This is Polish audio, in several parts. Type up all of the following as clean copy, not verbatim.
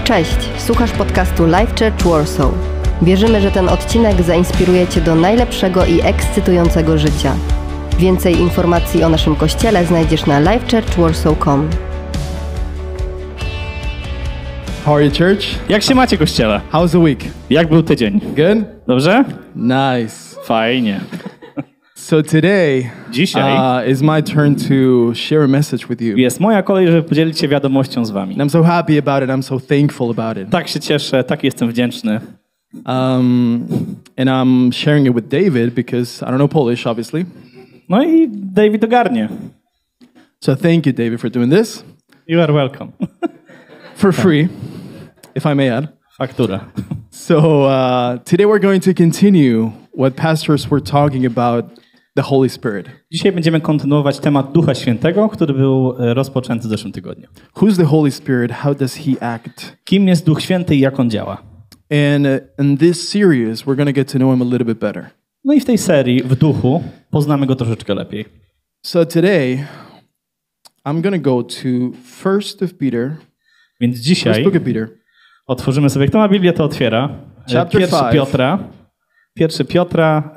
Cześć, słuchasz podcastu Life Church Warsaw. Wierzymy, że ten odcinek zainspiruje Cię do najlepszego i ekscytującego życia. Więcej informacji o naszym kościele znajdziesz na lifechurchwarsaw.com. How are you, church? Jak się macie, kościele? How's the week? Jak był tydzień? Good? Dobrze? Nice. Fajnie. So today Dzisiaj is my turn to share a message with you. jest moja kolej, żeby podzielić się wiadomością z wami. And I'm so happy about it. I'm so thankful about it. Tak się cieszę, tak jestem wdzięczny. And I'm sharing it with David because I don't know Polish, obviously. No i David ogarnie. So thank you, David, for doing this. You are welcome. For free, if I may add. Faktura. So today we're going to continue what pastors were talking about the Holy Spirit. Dzisiaj będziemy kontynuować temat Ducha Świętego, który był rozpoczęty w zeszłym tygodniu. Who's the Holy Spirit? How does he act? Kim jest Duch Święty i jak on działa? And in this series, we're going to get to know him a little bit better. No i w tej serii w duchu poznamy go troszeczkę lepiej. So today, I'm going to go to 1 Peter. Więc First dzisiaj book of Peter. otworzymy sobie, kto ma Biblię, to otwiera. Chapter 1 5. Piotra. 1 Piotra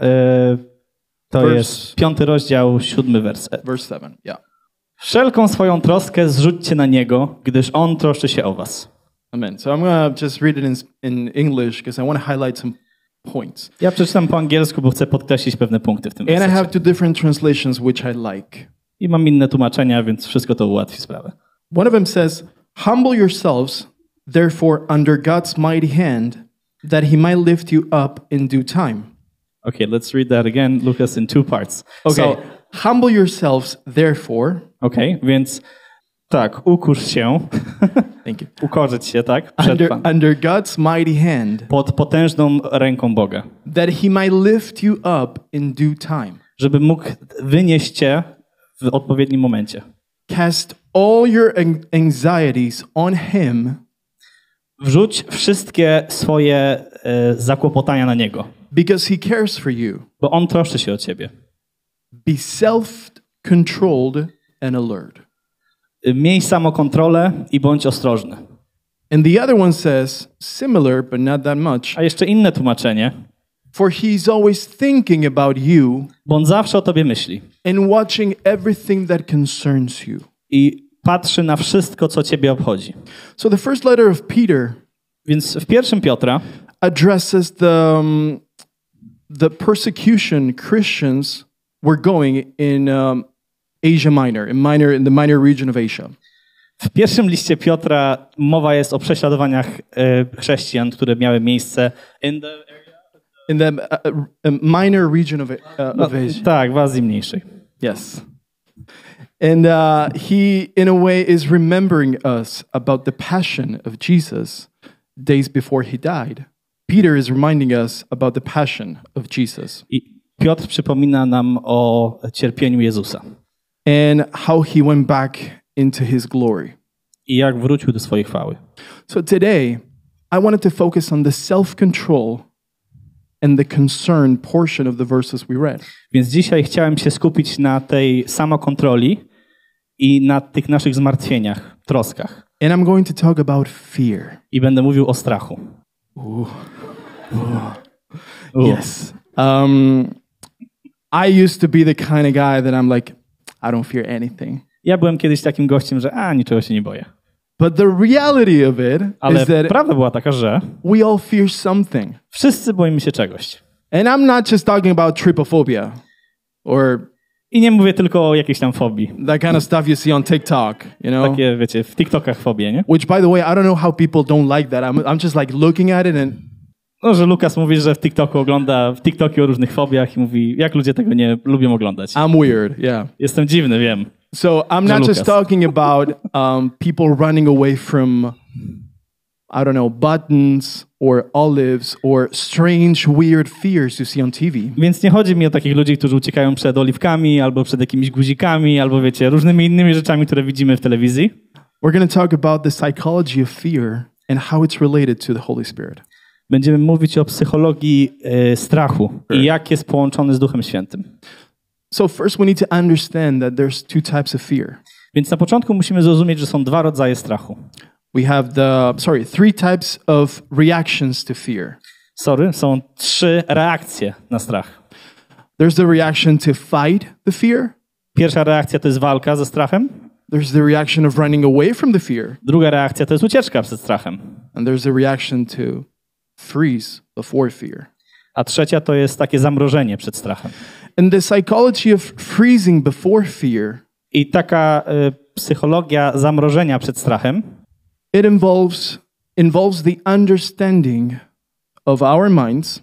to jest 5 rozdział, 7 werset. Verse 7, yeah. Wszelką swoją troskę zrzućcie na Niego, gdyż On troszczy się o was. Amen. So I'm going to just read it in English because I want to highlight some points. Ja przeczytam po angielsku, bo chcę podkreślić pewne punkty w tym And I have wersecie. two different translations which I like. I mam inne tłumaczenia, więc wszystko to ułatwi sprawę. One of them says, "Humble yourselves, therefore, under God's mighty hand, that he might lift you up in due time." Okay, let's read that again. Lucas in two parts. Okay. So, Humble yourselves, therefore. okay, więc tak, ukusz się, Thank you. ukorzyć się, tak, przed Under God's mighty hand, pod potężną ręką Boga, that he might lift you up in due time. żeby mógł wynieść cię w odpowiednim momencie. Cast all your anxieties on him, Wrzuć wszystkie swoje zakłopotania na Niego, because he cares for you. bo On troszczy się o ciebie. Be self-controlled and alert. Miej samokontrolę i bądź ostrożny. And the other one says, similar but not that much, A jeszcze inne tłumaczenie, for he's always thinking about you bo On zawsze o tobie myśli and watching everything that concerns you. i patrzy na wszystko, co ciebie obchodzi. So the first letter of Peter Więc w 1 Piotra addresses the persecution Christians were going in Asia Minor, in the minor region of Asia. w pierwszym liście Piotra mowa jest o prześladowaniach chrześcijan, które miały miejsce In the minor region of Asia. tak, w Azji Mniejszej. Yes. And he, in a way, is remembering us about the passion of Jesus days before he died. Peter is reminding us about the passion of Jesus. I Piotr przypomina nam o cierpieniu Jezusa And how he went back into his glory. i jak wrócił do swojej chwały. So today, I wanted to focus on the self-control and the concern portion of the verses we read. Więc dzisiaj chciałem się skupić na tej samokontroli i na tych naszych zmartwieniach, troskach. And I'm going to talk about fear. I będę mówił o strachu. Yes. I used to be the kind of guy that I'm like, I don't fear anything. Ja byłem kiedyś takim gościem, że niczego się nie boję. But the reality of it Ale is that prawda była taka, że we all fear something. wszyscy boimy się czegoś. And I'm not just talking about trypophobia or I nie mówię tylko o jakiejś tam fobii. that kind of stuff you see on TikTok, you know? Takie, wiecie, w TikTokach fobie, nie? Which, by the way, I don't know how people don't like that. I'm just like looking at it and No, że Lukas mówi, że w TikToku ogląda w TikToki o różnych fobiach i mówi, jak ludzie tego nie lubią oglądać. I'm weird, yeah. Jestem dziwny, wiem. So I'm not just talking about people running away from, I don't know, buttons or olives or strange, weird fears you see on TV. Więc nie chodzi mi o takich ludzi, którzy uciekają przed oliwkami albo przed jakimiś guzikami albo, wiecie, różnymi innymi rzeczami, które widzimy w telewizji. We're going to talk about the psychology of fear and how it's related to the Holy Spirit. Będziemy mówić o psychologii strachu i jak jest połączony z Duchem Świętym. So first we need to understand that there's two types of fear. Więc na początku musimy zrozumieć, że są dwa rodzaje strachu. we have three types of reactions to fear. Są 3 reakcje na strach. There's the reaction to fight the fear. Pierwsza reakcja to jest walka ze strachem. There's the reaction of running away from the fear. Druga reakcja to jest ucieczka przed strachem. And there's the reaction to freeze before fear. A trzecia to jest takie zamrożenie przed strachem. And the psychology of freezing before fear, I taka psychologia zamrożenia przed strachem it involves the understanding of our minds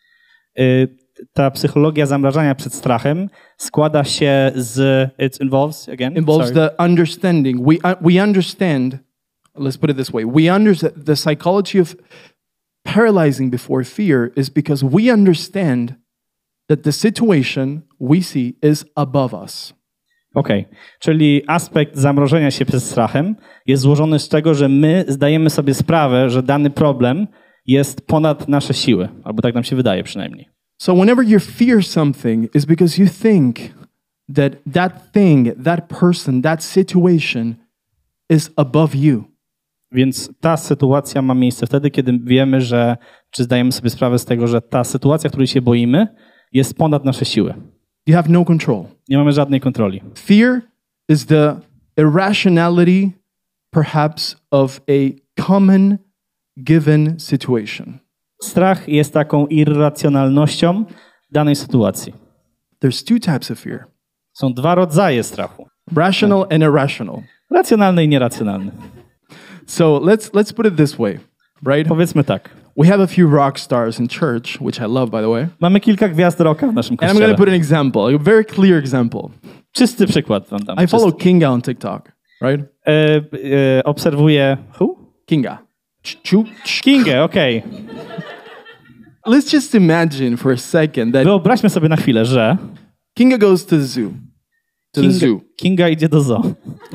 ta psychologia zamrażania przed strachem składa się z involves the understanding. We understand, let's put it this way. We understand the psychology of paralyzing before fear is because we understand that the situation we see is above us. Okej. Czyli aspekt zamrożenia się przed strachem jest złożony z tego, że my zdajemy sobie sprawę, że dany problem jest ponad nasze siły, albo tak nam się wydaje przynajmniej. So whenever you fear something, it's because you think that thing, that person, that situation is above you. Więc ta sytuacja ma miejsce wtedy, kiedy wiemy, czy zdajemy sobie sprawę z tego, że ta sytuacja, której się boimy, jest ponad nasze siły. You have no control. Nie mamy żadnej kontroli. Fear is the irrationality, perhaps, of a common given situation. Strach jest taką irracjonalnością danej sytuacji. There's two types of fear. Są 2 rodzaje strachu. Rational and irrational. Racjonalny i nieracjonalny. So let's put it this way, right? Powiedzmy tak. We have a few rock stars in church, which I love, by the way. Mamy kilka gwiazd rocka w naszym And I'm kościele. going to put an example, a very clear example. Czysty przykład wam dam. I follow Kinga on TikTok, right? Obserwuję... Who? Kinga. Kingę, okej. Let's just imagine for a second that Wyobraźmy sobie na chwilę, że Kinga goes to the zoo. Kinga idzie do zoo.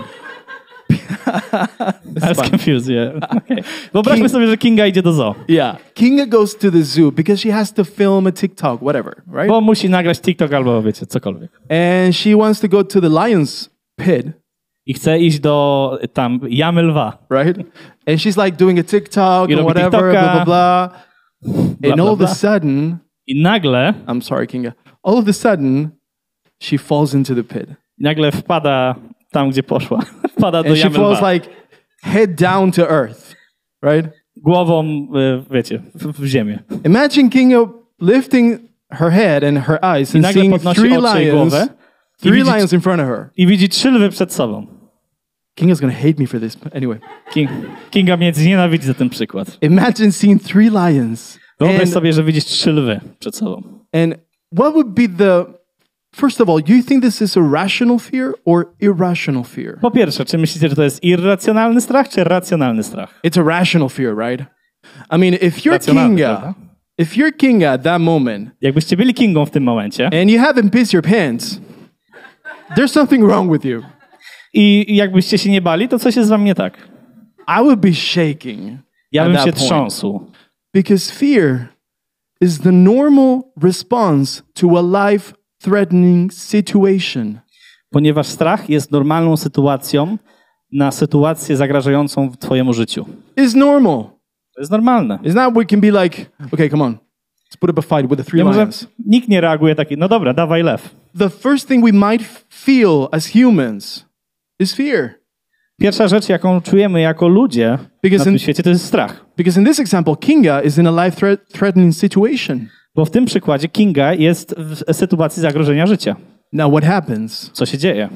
I was confused, yeah. Okay. Wyobraźmy sobie, że Kinga idzie do zoo. Yeah. Kinga goes to the zoo because she has to film a TikTok, whatever, right? Bo musi nagrać TikTok albo wiecie, cokolwiek. And she wants to go to the lion's pit. I chce iść do tam jamy lwa. Right? And she's like doing a TikTok I and robi whatever, TikToka. blah, blah, blah. And all of a sudden, I nagle I'm sorry, Kinga. All of a sudden, she falls into the pit. wpada tam, gdzie poszła. Wpada do And she jamy falls lwa. like head down to earth, right? Głową, wiecie, w ziemię. Imagine Kinga lifting her head and her eyes I and nagle seeing podnosi three oczy i głowę. three lions in front of her. I widzi 3 lwy przed sobą. Kinga's gonna hate me for this, but anyway. Kinga mnie znienawidzi za ten przykład. Imagine seeing 3 lions. Wyobraź sobie, że widzisz 3 lwy przed sobą. And what would be first of all, do you think this is a rational fear or irrational fear? Po pierwsze, czy myślicie, że to jest irracjonalny strach, czy racjonalny strach? It's a rational fear, right? I mean, if Racjonalny, prawda? you're Kinga at that moment, Jakbyście byli Kingą w tym momencie and you haven't pissed your pants, there's something wrong with you. i jakbyście się nie bali, to coś jest z wami nie tak. I would be shaking. Ja at bym that się point. trząsł. Because fear is the normal response to a life-threatening situation. Ponieważ strach jest normalną sytuacją na sytuację zagrażającą twojemu życiu. It's normal. To jest normalne. It's not we can be like, okay, come on. Let's put up a fight with the 3 Może lions. nikt nie reaguje taki, no dobra, dawaj lew. The first thing we might feel as humans is fear. Pierwsza rzecz, jaką czujemy jako ludzie Because na tym in- świecie, to jest strach. Because in this example, Kinga is in a life-threatening situation. Bo w tym przykładzie Kinga jest w sytuacji zagrożenia życia. Now, what happens Co się dzieje?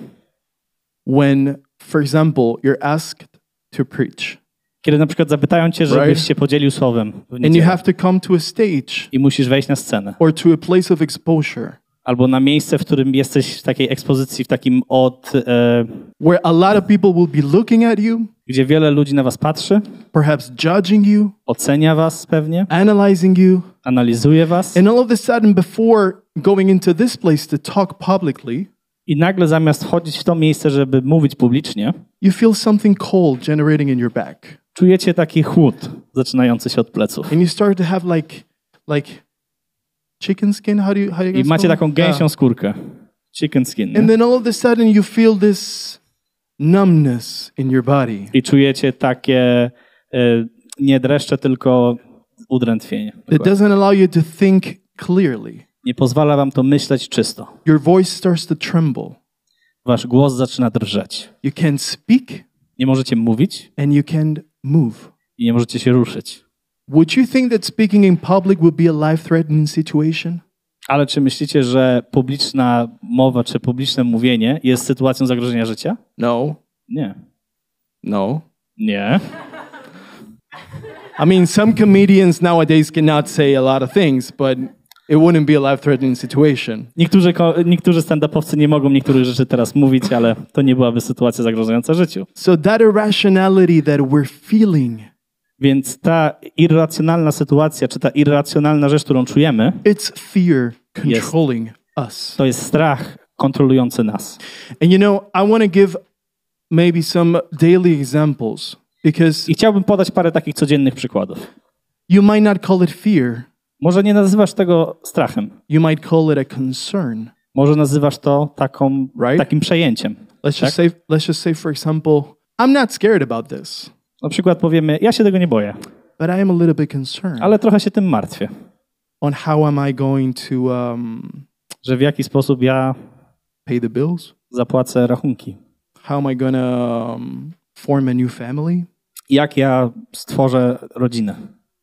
when, for example, you're asked to preach Kiedy na przykład zapytają cię, żebyś Right. się podzielił słowem w and you niedzielę have to come to a stage i musisz wejść na scenę. or to a place of exposure Albo na miejsce, w którym jesteś w takiej ekspozycji, w takim where a lot of people will be looking at you, gdzie wiele ludzi na was patrzy, perhaps judging you, ocenia was pewnie, analyzing you, analizuje was and all of a sudden, before going into this place to talk publicly, i nagle zamiast wchodzić w to miejsce, żeby mówić publicznie, you feel something cold generating in your back. czujecie taki chłód zaczynający się od pleców. And you start to have like chicken skin. How do you I guys macie call it? taką gęsią skórkę. Chicken skin. And Nie? then all of a sudden you feel this numbness in your body. I czujecie takie nie dreszcze, tylko udrętwienie. It doesn't allow you to think clearly. Nie pozwala wam to myśleć czysto. Your voice starts to tremble. Wasz głos zaczyna drżeć. You can't speak Nie możecie mówić and you can't move. i nie możecie się ruszyć. Would you think that speaking in public would be a life-threatening situation? Ale czy myślicie, że publiczna mowa czy publiczne mówienie jest sytuacją zagrożenia życia? No. Nie. No. Nie. I mean, some comedians nowadays cannot say a lot of things, but it wouldn't be a life-threatening situation. Niektórzy stand-upowcy nie mogą niektórych rzeczy teraz mówić, ale to nie byłaby sytuacja zagrożająca życiu. So that irrationality that we're feeling, Więc ta irracjonalna sytuacja, czy ta irracjonalna rzecz, którą czujemy, it's fear controlling us. to jest strach kontrolujący nas. And you know, I want to give maybe some daily examples because I chciałbym podać parę takich codziennych przykładów. you might not call it fear. Może nie nazywasz tego strachem. You might call it a concern. Może nazywasz to Right? takim przejęciem. Let's just say, for example, I'm not scared about this, Na przykład powiemy, ja się tego nie boję, but I am a little bit concerned ale trochę się tym martwię. on how am I going to Że w jaki sposób ja pay the bills? zapłacę rachunki. How am I going to form a new family? Jak ja stworzę rodzinę.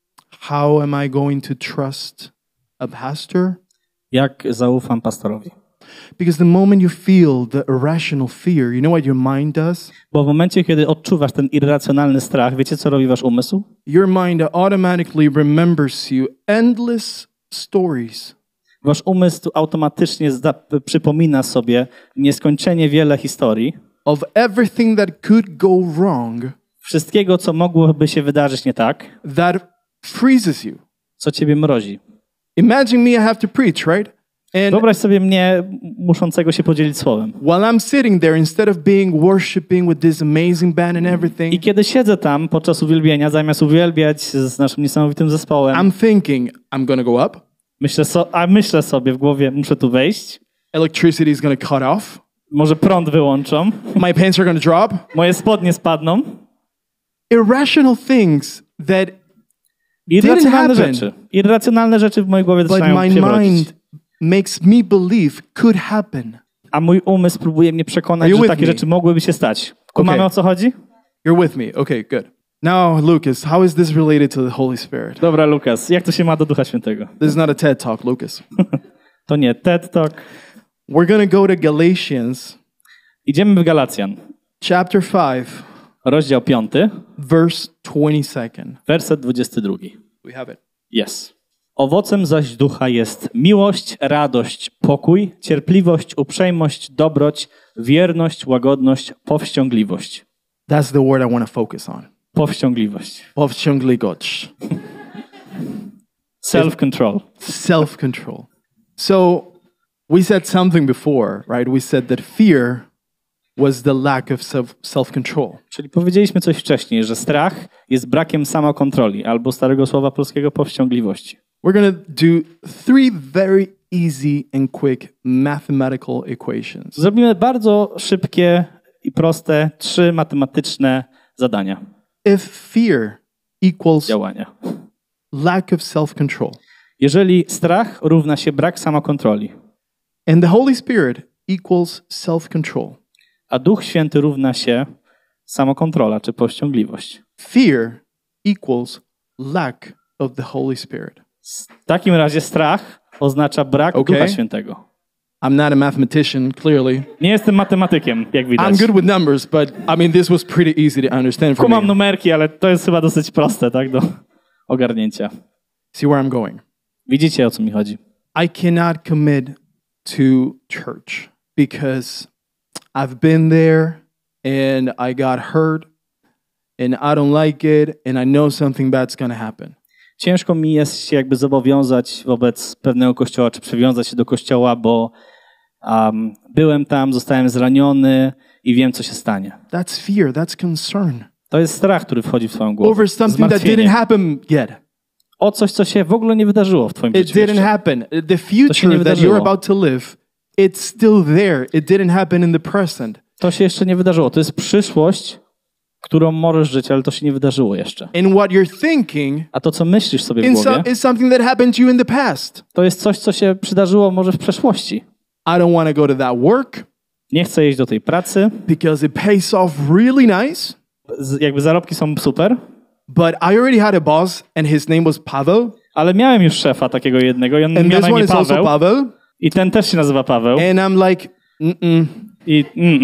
How am I going to trust a pastor? Jak zaufam pastorowi. Because the moment you feel the irrational fear, you know what your mind does? Bo w momencie, kiedy odczuwasz ten irracjonalny strach, wiecie, co robi wasz umysł? Your mind automatically remembers you endless stories Wasz umysł automatycznie przypomina sobie nieskończenie wiele historii, of everything that could go wrong wszystkiego, co mogłoby się wydarzyć nie tak, that freezes you. co ciebie mrozi. Imagine me, I have to preach, right? And Wyobraź sobie mnie muszącego się podzielić słowem. while I'm sitting there, instead of being worshiping with this amazing band and I everything, kiedy siedzę tam podczas uwielbienia, zamiast uwielbiać z naszym niesamowitym zespołem, I'm thinking, I'm going to go up. myślę sobie w głowie, muszę tu wejść, Electricity is going to cut off. może prąd wyłączą, My pants are going to drop. moje spodnie spadną. Irrational things that Irracjonalne rzeczy w mojej głowie but zaczynają my się rodzić. mind makes me believe could happen. A mój umysł próbuje mnie przekonać, Are you że with takie me? rzeczy mogłyby się stać. Kumamy, Okay. o co chodzi? You're with me. Okay, good. Now, Lucas, how is this related to the Holy Spirit? Dobra, Lukas, jak to się ma do Ducha Świętego? This is not a TED Talk, Lucas. To nie TED Talk. We're going to go to Galatians Idziemy w Galacjan. chapter 5, Rozdział 5, verse 22. werset 22. We have it. Jest. Owocem zaś ducha jest miłość, radość, pokój, cierpliwość, uprzejmość, dobroć, wierność, łagodność, powściągliwość. That's the word I want to focus on. Powściągliwość. Powściągliwość. Self-control. Self-control. So we said something before, right? We said that fear was the lack of self-control. Czyli powiedzieliśmy coś wcześniej, że strach jest brakiem samokontroli, albo starego słowa polskiego powściągliwości. We're going to do 3 very easy and quick mathematical equations. Zrobimy bardzo szybkie i proste 3 matematyczne zadania, If fear equals działania. lack of self-control Jeżeli strach równa się brak samokontroli, and the Holy Spirit equals self-control, a Duch Święty równa się samokontrola czy powściągliwość, fear equals lack of the Holy Spirit. w takim razie strach oznacza brak Okay. Ducha Świętego. I'm not a mathematician, clearly. Nie jestem matematykiem, jak widać. I'm good with numbers, but I mean, this was pretty easy to understand for Kumam me. numerki, ale to jest chyba dosyć proste, tak, do ogarnięcia. See where I'm going? Widzicie, o co mi chodzi? I cannot commit to church because I've been there and I got hurt and I don't like it and I know something bad's going to happen. Ciężko mi jest się jakby zobowiązać wobec pewnego kościoła, czy przywiązać się do kościoła, bo byłem tam, zostałem zraniony i wiem, co się stanie. That's fear, that's concern. To jest strach, który wchodzi w twoją głowę. Over something that Zmartwienie. didn't happen yet. O coś, co się w ogóle nie wydarzyło w twoim It życiu didn't jeszcze. happen. The się nie future that wydarzyło. you're about to live, it's still there. It didn't happen in the present. To się jeszcze nie wydarzyło. To jest przyszłość, którą możesz żyć, ale to się nie wydarzyło jeszcze. And what you're thinking A to, co myślisz sobie w głowie, is something that happened to you in the past. to jest coś, co się przydarzyło może w przeszłości. I don't want to go to that work Nie chcę iść do tej pracy, because it pays off really nice. jakby zarobki są super, But I already had a boss and his name was Pavel. ale miałem już szefa takiego jednego i on And miał na this one imię is also Paweł Pavel. i ten też się nazywa Paweł. And I'm like, I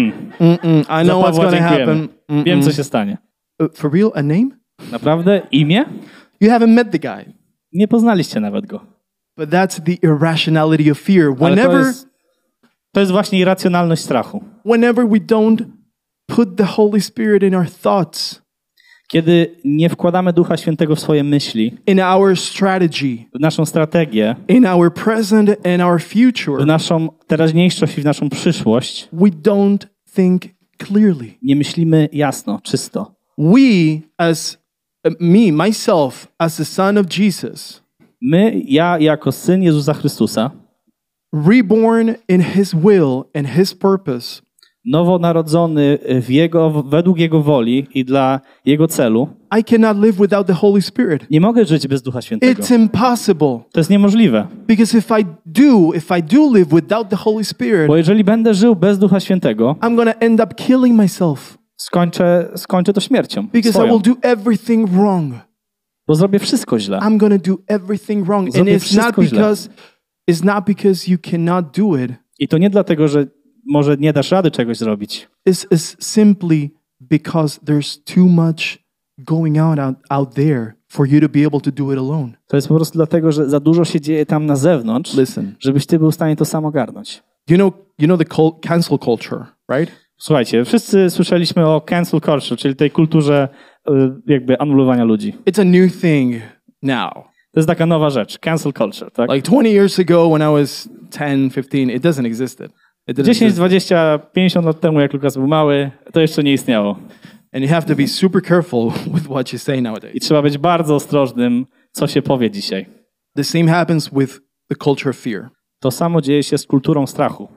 I know what's Pawła going to dziękujemy. happen. Wiem, co się stanie. For real, a name? Naprawdę? Imię? You haven't met the guy. Nie poznaliście nawet go. But that's the irrationality of fear. Ale to jest właśnie irracjonalność strachu. Whenever we don't put the Holy Spirit in our thoughts, Kiedy nie wkładamy Ducha Świętego w swoje myśli, in our strategy, w naszą strategię, in our present and our w future, naszą teraźniejszość i w naszą przyszłość, we don't think clearly. nie myślimy jasno, czysto. We, as myself, as the son of Jesus, Ja jako syn Jezusa Chrystusa, reborn in His will and His purpose, nowonarodzony według Jego woli i dla Jego celu, I cannot live without the Holy Spirit. nie mogę żyć bez Ducha Świętego. It's impossible. To jest niemożliwe. Because if I do live without the Holy Spirit, Bo jeżeli będę żył bez Ducha Świętego, I'm going to end up killing myself. skończę to śmiercią. Because I Swoją. will do everything wrong. Bo zrobię wszystko źle. I'm going to do everything wrong. And Zrobię it's not because you cannot do it. I to nie dlatego, że może nie dasz rady czegoś zrobić. It's simply because there's too much going out there for you to be able to do it alone. To jest po prostu dlatego, że za dużo się dzieje tam na zewnątrz, Listen. żebyś ty był w stanie to sam ogarnąć. You know the cancel culture, right? Słuchajcie, wszyscy słyszeliśmy o cancel culture, czyli tej kulturze jakby anulowania ludzi. It's a new thing now. To jest taka nowa rzecz, cancel culture, tak? Like 20 years ago when I was 10, 15, it doesn't exist. 10, 20, 50 lat temu, jak Lukas był mały, to jeszcze nie istniało. And you have to be super careful with what you say nowadays. I trzeba być bardzo ostrożnym, co się powie dzisiaj. The same happens with the culture of fear. To samo dzieje się z kulturą strachu.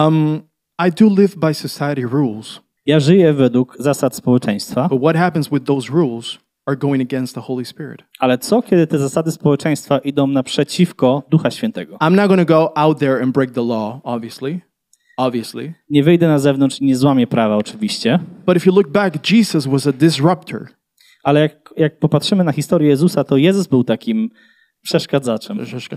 I do live by society rules. Ja żyję według zasad społeczeństwa, But what happens with those rules are going against the Holy Spirit. ale co, kiedy te zasady społeczeństwa idą naprzeciwko Ducha Świętego? I'm not going to go out there and break the law, obviously. Nie wyjdę na zewnątrz i nie złamię prawa, oczywiście. But if you look back, Jesus was a disruptor. Ale jak popatrzymy na historię Jezusa, to Jezus był takim przeszkadzaczem.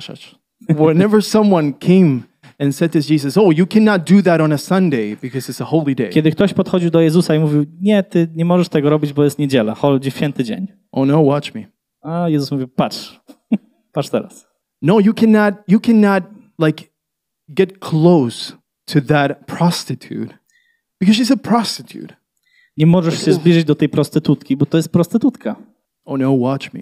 Whenever someone came and said to Jesus, "Oh, you cannot do that on a Sunday because it's a holy day." Kiedy ktoś podchodził do Jezusa i mówił, nie, ty nie możesz tego robić, bo jest niedziela, święty dzień. Oh no, watch me. A Jezus mówi, patrz, patrz teraz. No, you cannot like get close to that prostitute because she's a prostitute. Nie możesz się zbliżyć do tej prostytutki, bo to jest prostytutka. Oh no, watch me.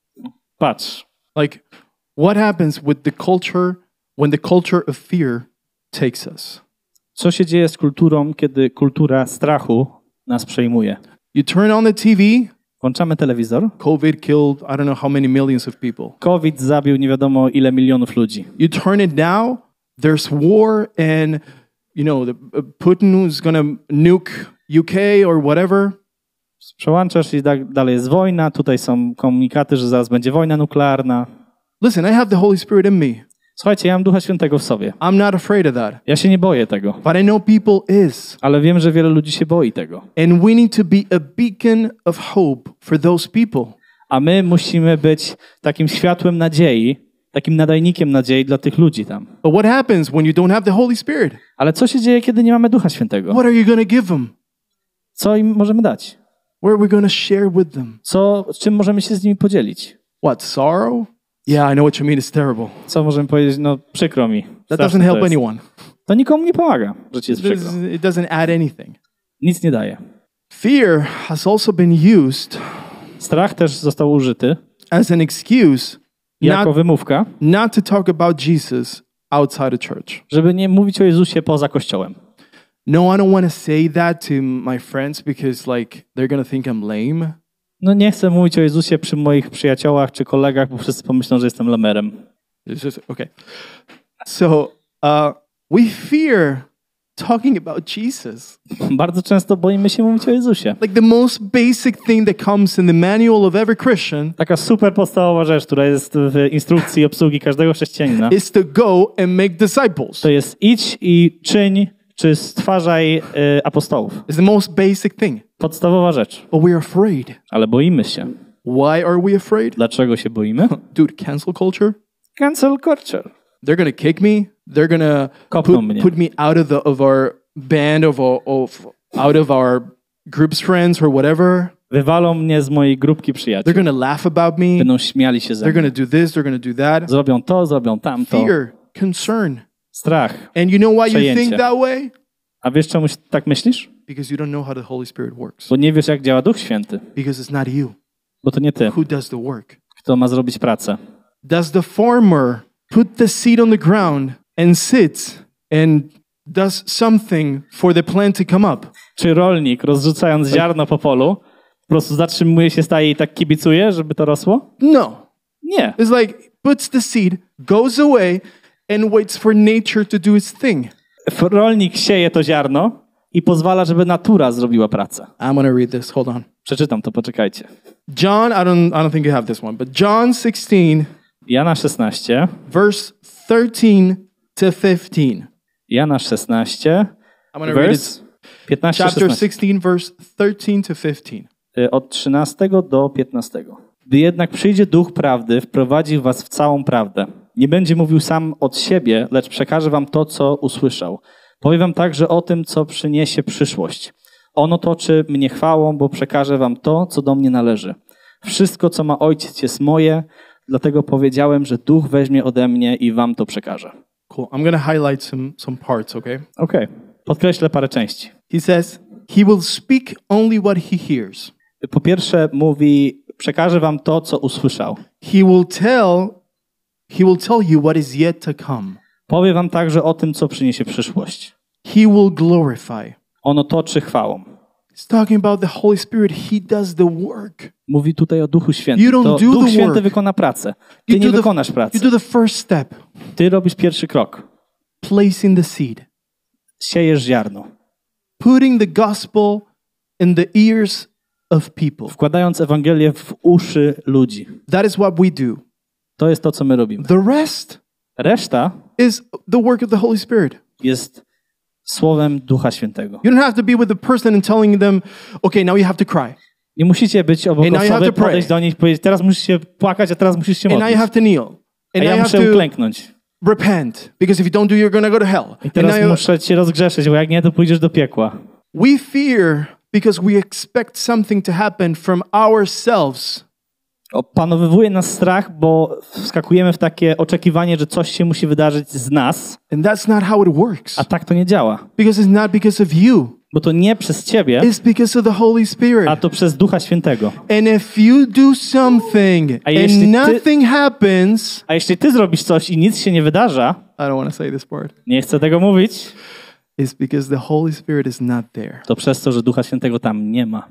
Patrz. Like, what happens with the culture when the culture of fear takes us? Co się dzieje z kulturą, kiedy kultura strachu nas przejmuje? You turn on the TV. Włączamy telewizor. COVID killed I don't know how many millions of people. COVID zabił nie wiadomo ile milionów ludzi. You turn it down. There's war, and you know Putin is gonna nuke UK or whatever. Przełączasz i dalej jest wojna. Tutaj są komunikaty, że zaraz będzie wojna nuklearna. Listen, I have the Holy Spirit in me. Słuchajcie, ja mam Ducha Świętego w sobie. I'm not afraid of that. Ja się nie boję tego. But I know people is. Ale wiem, że wiele ludzi się boi tego. And we need to be a beacon of hope for those people. A my musimy być takim światłem nadziei, takim nadajnikiem nadziei dla tych ludzi tam. But what happens when you don't have the Holy Spirit? Ale co się dzieje, kiedy nie mamy Ducha Świętego? What are you going to give them? Co im możemy dać? What are we going to share with them? Czym możemy się z nimi podzielić? What, sorrow? Yeah, I know what you mean. It's terrible. Co możemy powiedzieć? No przykro mi. That doesn't help anyone. To nikomu nie pomaga, że ci jest przykro. It doesn't add anything. Nic nie daje. Fear has also been used Strach też został użyty as an excuse jako wymówka, not to talk about Jesus outside the church. żeby nie mówić o Jezusie poza Kościołem. No, I don't want to say that to my friends because like they're going to think I'm lame. No nie chcę mówić o Jezusie przy moich przyjaciołach czy kolegach, bo wszyscy pomyślą, że jestem lamerem. It's just okay. So we fear talking about Jesus. Bardzo często boimy się mówić o Jezusie. Like the most basic thing that comes in the manual of every Christian Taka super podstawowa rzecz, która jest w instrukcji obsługi każdego chrześcijanina, is to go and make disciples. to jest idź i czyń, czy stwarzaj apostołów. It's the most basic thing. Podstawowa rzecz. But we're afraid. Ale boimy się. Why are we afraid? Dlaczego się boimy? Dude, cancel culture? Cancel culture. They're gonna kick me. They're gonna Kopną mnie. put me out of our band, out of our group's friends or whatever. Wywalą mnie z mojej grupki przyjaciół. They're gonna laugh about me. Będą śmiali się ze They're mną. gonna do this. They're gonna do that. Zrobią to, zrobią tamto. Fear, concern. Strach. And you know why you Przejęcie. think that way? A wiesz, czemu tak myślisz? Because you don't know how the Holy Spirit works. Bo nie wiesz, jak działa Duch Święty. Because it's not you. Bo to nie ty, Who does the work? kto ma zrobić pracę. Does the farmer put the seed on the ground and sits and does something for the plant to come up? Czy rolnik, rozrzucając ziarno po polu, po prostu zatrzymuje się, staje i tak kibicuje, żeby to rosło? No. Nie. It's like puts the seed, goes away, and waits for nature to do its thing. Rolnik sieje to ziarno i pozwala, żeby natura zrobiła pracę. I'm gonna read this. Hold on. Przeczytam to, poczekajcie. John, I don't think you have this one, but John 16, Jana 16, verse 13 to 15. Jana 16, I'm gonna read vers it. 15, Chapter 16. 16, verse 13 to 15. Od 13 do 15. Gdy jednak przyjdzie Duch Prawdy, wprowadzi was w całą prawdę. Nie będzie mówił sam od siebie, lecz przekaże wam to, co usłyszał. Powie wam także o tym, co przyniesie przyszłość. On otoczy mnie chwałą, bo przekaże wam to, co do mnie należy. Wszystko, co ma Ojciec, jest moje, dlatego powiedziałem, że Duch weźmie ode mnie i wam to przekaże. Cool. I'm gonna highlight some parts, okay? Okej. Podkreślę parę części. He says, he will speak only what he hears. Po pierwsze mówi, przekaże wam to, co usłyszał. He will tell you what is yet to come. Powie wam także o tym, co przyniesie przyszłość. He will glorify. On otoczy chwałą. He's talking about the Holy Spirit. He does the work. Mówi tutaj o Duchu Świętym. You don't To do Duch the Święty work. wykona pracę. Ty You nie do the- wykonasz pracy. You do the first step, Ty robisz pierwszy krok. placing the seed, Siejesz ziarno. putting the gospel in the ears of people. Wkładając Ewangelię w uszy ludzi. That is what we do. To jest to, co my robimy. The rest Reszta is the work of the Holy Spirit. jest słowem Ducha Świętego. You don't have to be with the person and telling them, okay, now you have to cry. Nie musicie być obok And now you have osoby, to pray. podejść do niej i powiedzieć, teraz musisz się płakać, a teraz musisz się And now modlić. you have to kneel. A And now ja you have muszę to uklęknąć. repent. Because if you don't do, you're going to go to hell. I And teraz now you- muszę cię rozgrzeszyć, bo jak nie, to pójdziesz do piekła. we fear because we expect something to happen from ourselves. Opanowywuje nas strach, bo wskakujemy w takie oczekiwanie, że coś się musi wydarzyć z nas, And that's not how it works. a tak to nie działa. Because it's not because of you. Bo to nie przez ciebie, It's because of the Holy Spirit. a to przez Ducha Świętego. And if you do something A jeśli and ty- nothing happens, A jeśli ty zrobisz coś i nic się nie wydarza, I don't want to say this part. nie chcę tego mówić, It's because the Holy Spirit is not there. to przez to, że Ducha Świętego tam nie ma.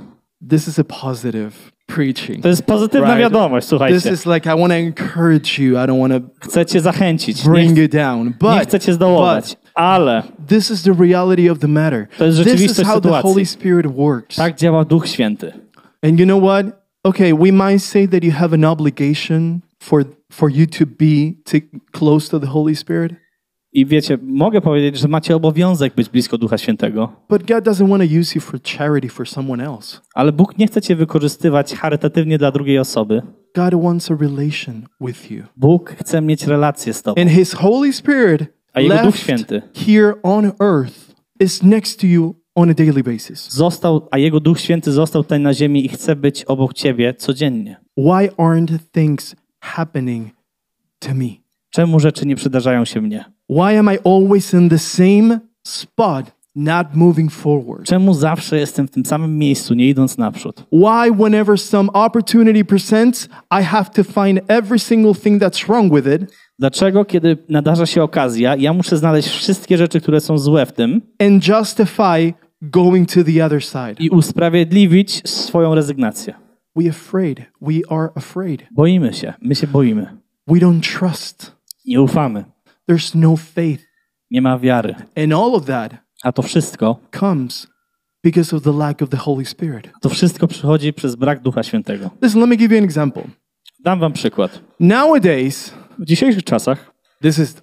This is a positive preaching. To jest pozytywna Right. wiadomość, This słuchajcie. is like I want to encourage you. I don't want to Chcę cię zachęcić, bring you down. nie But chcę cię zdołować, ale this is the reality of the matter. To jest This is rzeczywistość how the sytuacji. Holy Spirit works. tak działa Duch Święty. And you know what? Okay, we might say that you have an obligation for you to be close to the Holy Spirit. I wiecie, mogę powiedzieć, że macie obowiązek być blisko Ducha Świętego, But God doesn't want to use you for charity for someone else. ale Bóg nie chce cię wykorzystywać charytatywnie dla drugiej osoby. God wants a relation with you. Bóg chce mieć relację z tobą. And His Holy Spirit A Jego Duch left Święty here on earth is next to you on a daily basis. a Jego Duch Święty został tutaj na ziemi i chce być obok ciebie codziennie. Why aren't things happening to me? Czemu rzeczy nie przydarzają się mnie? Why am I always in the same spot, not moving forward? Czemu zawsze jestem w tym samym miejscu, nie idąc naprzód? Why, whenever some opportunity presents, I have to find every single thing that's wrong with it Dlaczego, kiedy nadarza się okazja, ja muszę znaleźć wszystkie rzeczy, które są złe w tym and justify going to the other side? i usprawiedliwić swoją rezygnację? We are afraid. Boimy się, my się boimy. We don't trust. Nie ufamy. There's no faith. Nie ma wiary. And all of that A to wszystko comes because of the lack of the Holy Spirit. przychodzi przez brak Ducha Świętego. Listen, let me give you an example. Dam wam przykład. Nowadays, W dzisiejszych czasach this is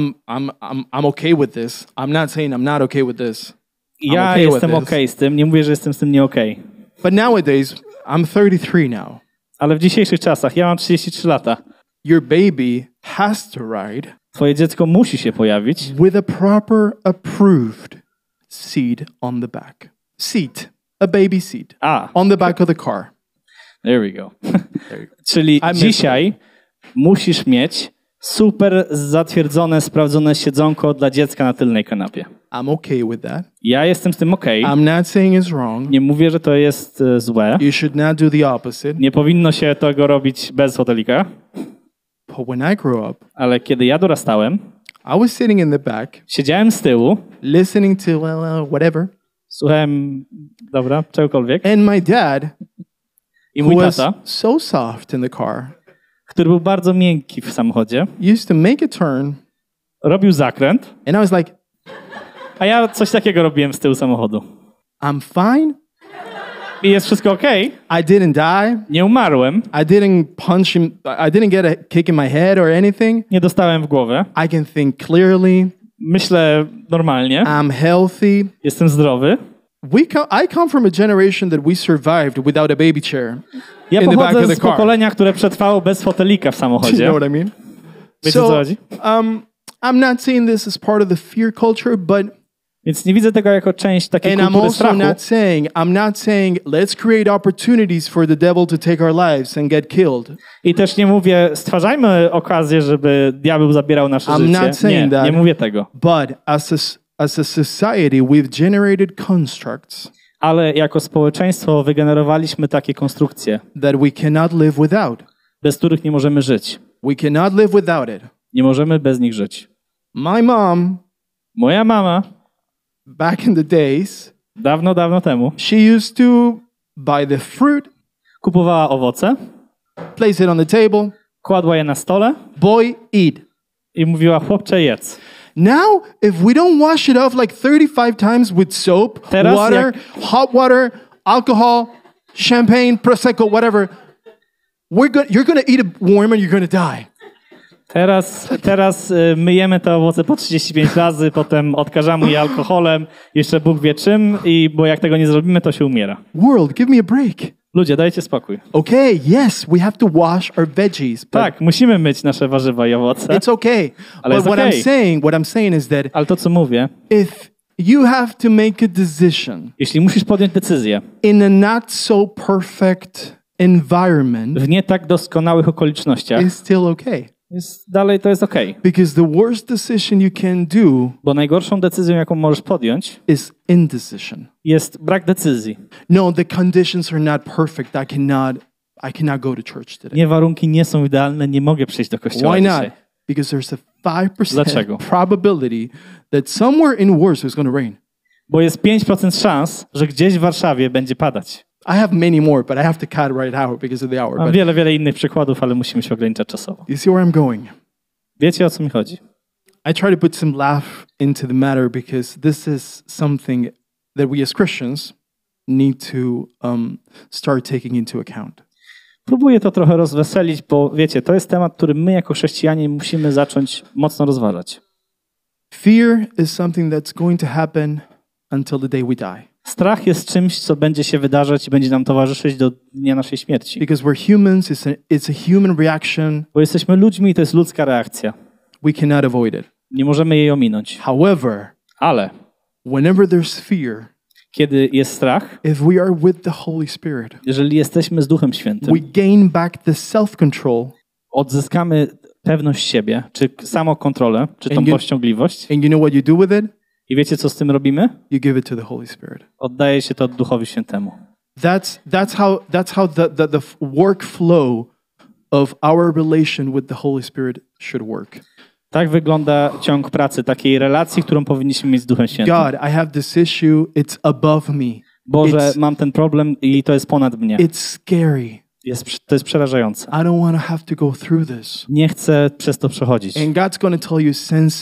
I'm okay with this. I'm not saying I'm not okay with this. ja okay with jestem this. okej z tym, nie mówię, że jestem z tym nie okej. But nowadays, I'm 33 now. Ale w dzisiejszych czasach, ja mam 33 lata, Your baby has to ride twoje dziecko musi się pojawić with a proper approved seat on the back. Seat, a baby seat on the back of the car. There we go. There you go. Czyli I miss dzisiaj musisz mieć super zatwierdzone, sprawdzone siedzonko dla dziecka na tylnej kanapie. I'm okay with that. Ja jestem z tym okej. I'm not saying it's wrong. Nie mówię, że to jest złe. You should not do the opposite. Nie powinno się tego robić bez fotelika. But when I grew up, Ale kiedy ja dorastałem, I was sitting in the back, siedziałem z tyłu, listening to whatever, słuchałem, dobra, czegokolwiek. and my dad, I who mój was tata, so soft in the car, który był bardzo miękki w samochodzie, used to make a turn, robił zakręt, and I was like, a ja coś takiego robiłem z tyłu samochodu. I'm fine. I jest wszystko okej. I didn't die. Nie umarłem, I didn't punch him. I didn't get a kick in my head or anything. nie dostałem w głowę. I can think clearly. Myślę normalnie, I'm healthy. jestem zdrowy. I come from a generation that we survived without a baby chair Ja in the back of pochodzę the z car. pokolenia, które przetrwało bez fotelika w Do you samochodzie. know what I mean? Wiecie, co So, chodzi? I'm not saying this is part of the fear culture, but Więc nie widzę tego jako część takiej and I'm kultury also strachu. I'm not saying let's create opportunities for the devil to take our lives and get killed. I też nie mówię, stwarzajmy okazję, żeby diabeł zabierał nasze I'm życie. not saying Nie, that. nie mówię tego. But as a society, we've generated constructs Ale jako społeczeństwo wygenerowaliśmy takie konstrukcje, that we cannot live without. bez których nie możemy żyć. We cannot live without it. Nie możemy bez nich żyć. My mom, Moja mama, back in the days, dawno, dawno temu, she used to buy the fruit, kupowała owoce, place it on the table, kładła je na stole boy, eat. i mówiła, chłopcze, jedz. Now, if we don't wash it off like 35 times with soap, Teraz water, hot water, alcohol, champagne, prosecco, whatever, you're gonna eat it warm and you're gonna die. Teraz myjemy te owoce po 35 razy, potem odkażamy je alkoholem, jeszcze Bóg wie czym, bo jak tego nie zrobimy, to się umiera. World, give me a break. Ludzie, dajcie spokój. Okay, yes, we have to wash our veggies, but Tak, musimy myć nasze warzywa i owoce, it's okay. Ale But it's okay. what I'm saying is that ale to, co mówię, if you have to make a decision jeśli musisz podjąć decyzję in a not so perfect environment, w nie tak doskonałych okolicznościach, it's still okay. dalej to jest okej. Because the worst decision you can do Bo najgorszą decyzją, jaką możesz podjąć, is indecision. jest brak decyzji. No, the conditions are not perfect. I cannot go to church today. Nie, warunki nie są idealne, nie mogę przyjść do kościoła Why not? dzisiaj. Because there's a 5% Dlaczego? probability that somewhere in Warsaw is going to rain. Bo jest 5% szans, że gdzieś w Warszawie będzie padać. I have many more, but I have to cut right out because of the hour. Mam But wiele innych przykładów, ale musimy się ograniczać czasowo. you see where I'm going? Wiecie, o co mi chodzi? I try to put some laugh into the matter because this is something that we as Christians need to start taking into account. Próbuję to trochę rozweselić, bo wiecie, to jest temat, który my jako chrześcijanie musimy zacząć mocno rozważać. Fear is something that's going to happen until the day we die. Strach jest czymś, co będzie się wydarzać i będzie nam towarzyszyć do dnia naszej śmierci. Because we're humans, it's a human reaction. Bo jesteśmy ludźmi i to jest ludzka reakcja. We cannot avoid it. Nie możemy jej ominąć. However, Ale whenever there's fear, kiedy jest strach, if we are with the Holy Spirit, jeżeli jesteśmy z Duchem Świętym, we gain back the self-control. odzyskamy pewność siebie, czy samokontrolę, czy tą And you- powściągliwość. And you know what you do with it? I wiecie, co z tym robimy? You give it to the Holy Spirit. Oddaje się to Duchowi Świętemu. That's how the workflow of our relation with the Holy Spirit should work. Tak wygląda ciąg pracy, takiej relacji, którą powinniśmy mieć z Duchem Świętym. God, I have this issue. It's above me. Boże, mam ten problem i to jest ponad mnie. It's scary. To jest przerażające. I don't want to have to go through this. Nie chcę przez to przechodzić. And God's going to tell you,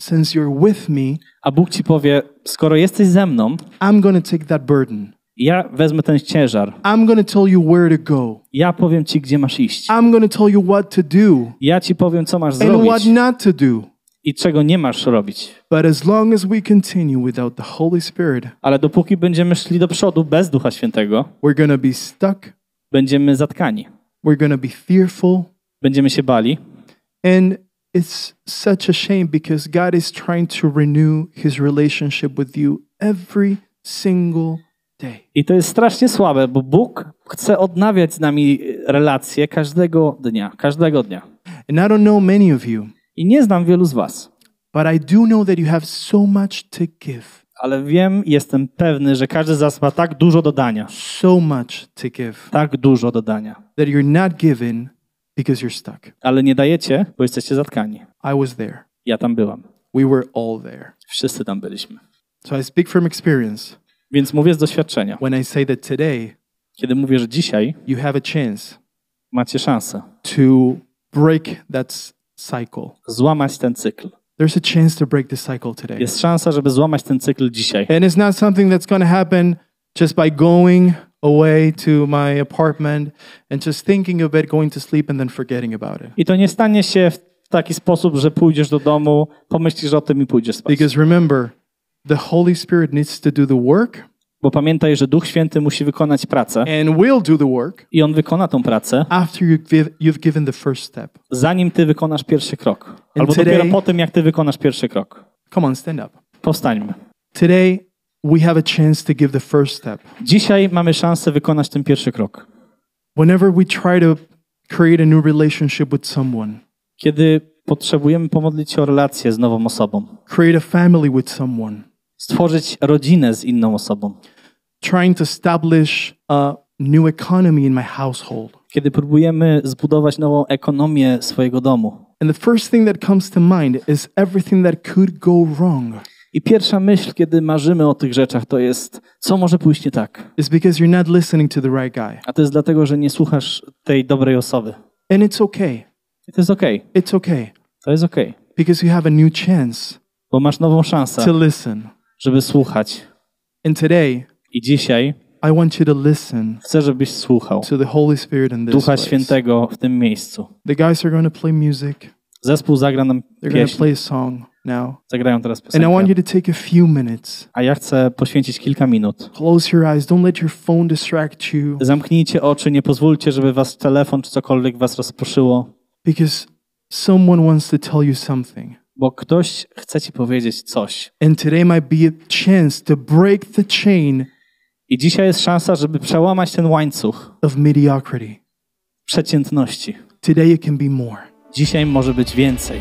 since you're with me, a Bóg ci powie, skoro jesteś ze mną, I'm going to take that burden. ja wezmę ten ciężar. I'm going to tell you where to go. Ja powiem ci, gdzie masz iść. I'm going to tell you what to do Ja ci powiem, co masz and what zrobić not to do. i czego nie masz robić. But as long as we continue without the Holy Spirit, Ale dopóki będziemy szli do przodu bez Ducha Świętego, we're going to be stuck. będziemy zatkani. We're going to be fearful. Będziemy się bali. And it's such a shame because God is trying to renew his relationship with you every single day. I to jest strasznie słabe, bo Bóg chce odnawiać z nami relacje każdego dnia. Każdego dnia. And I don't know many of you, I nie znam wielu z was, but I do know that you have so much to give. ale wiem, jestem pewny, że każdy z was ma tak dużo do dania. So much to give Tak dużo do dania. that you're not given because you're stuck. Ale nie dajecie, bo jesteście zatkani. I was there. Ja tam byłam. We were all there. Wszyscy tam byliśmy. So I speak from experience Więc mówię z doświadczenia. when I say that today Kiedy mówię, że dzisiaj you have a chance macie szansę to break that cycle. złamać ten cykl. There's a chance to break the cycle today. Jest szansa, żeby złamać ten cykl dzisiaj. And it's not something that's going to happen just by going away to my apartment and just thinking of it, going to sleep and then forgetting about it. I to nie stanie się w taki sposób, że pójdziesz do domu, pomyślisz o tym i pójdziesz spać. Because remember, the Holy Spirit needs to do the work Bo pamiętaj, że Duch Święty musi wykonać pracę and will do the work i On wykona tą pracę, after you've given the first step. zanim ty wykonasz pierwszy krok. Albo today- dopiero po tym, jak ty wykonasz pierwszy krok. Come on, stand up. Powstańmy. Today, we have a chance to give the first step. Dzisiaj mamy szansę wykonać ten pierwszy krok. Whenever we try to create a new relationship with someone, Kiedy potrzebujemy pomodlić się o relację z nową osobą, create a family with someone, stworzyć rodzinę z inną osobą, trying to establish a new economy in my household. kiedy próbujemy zbudować nową ekonomię swojego domu. And the first thing that comes to mind is everything that could go wrong. I pierwsza myśl, kiedy marzymy o tych rzeczach, to jest, co może pójść nie tak. Is because you're not listening to the right guy. A to jest dlatego, że nie słuchasz tej dobrej osoby. And it's okay. I to jest okej. It's okay. To jest okej. Because you have a new chance Bo masz nową szansę, to listen. żeby słuchać. And today, I dzisiaj I want you to listen chcę, żebyś słuchał to the Holy Spirit in this Ducha place. Świętego w tym miejscu. The guys are going to play music. Zespół zagra nam They're going to pieśń. play a song now. Zagrają teraz And I want piosenkę. you to take a few minutes. A ja chcę poświęcić kilka minut. Close your eyes. Don't let your phone distract you. Zamknijcie oczy, nie pozwólcie, żeby was telefon czy cokolwiek was rozproszyło, Because someone wants to tell you something. bo ktoś chce ci powiedzieć coś. And today might be a chance to break the chain I dzisiaj jest szansa, żeby przełamać ten łańcuch of mediocrity. przeciętności. Today it can be more. Dzisiaj może być więcej.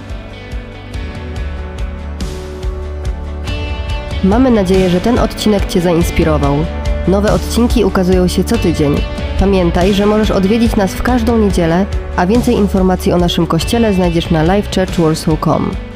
Mamy nadzieję, że ten odcinek Cię zainspirował. Nowe odcinki ukazują się co tydzień. Pamiętaj, że możesz odwiedzić nas w każdą niedzielę, a więcej informacji o naszym kościele znajdziesz na livechurchwarsaw.com.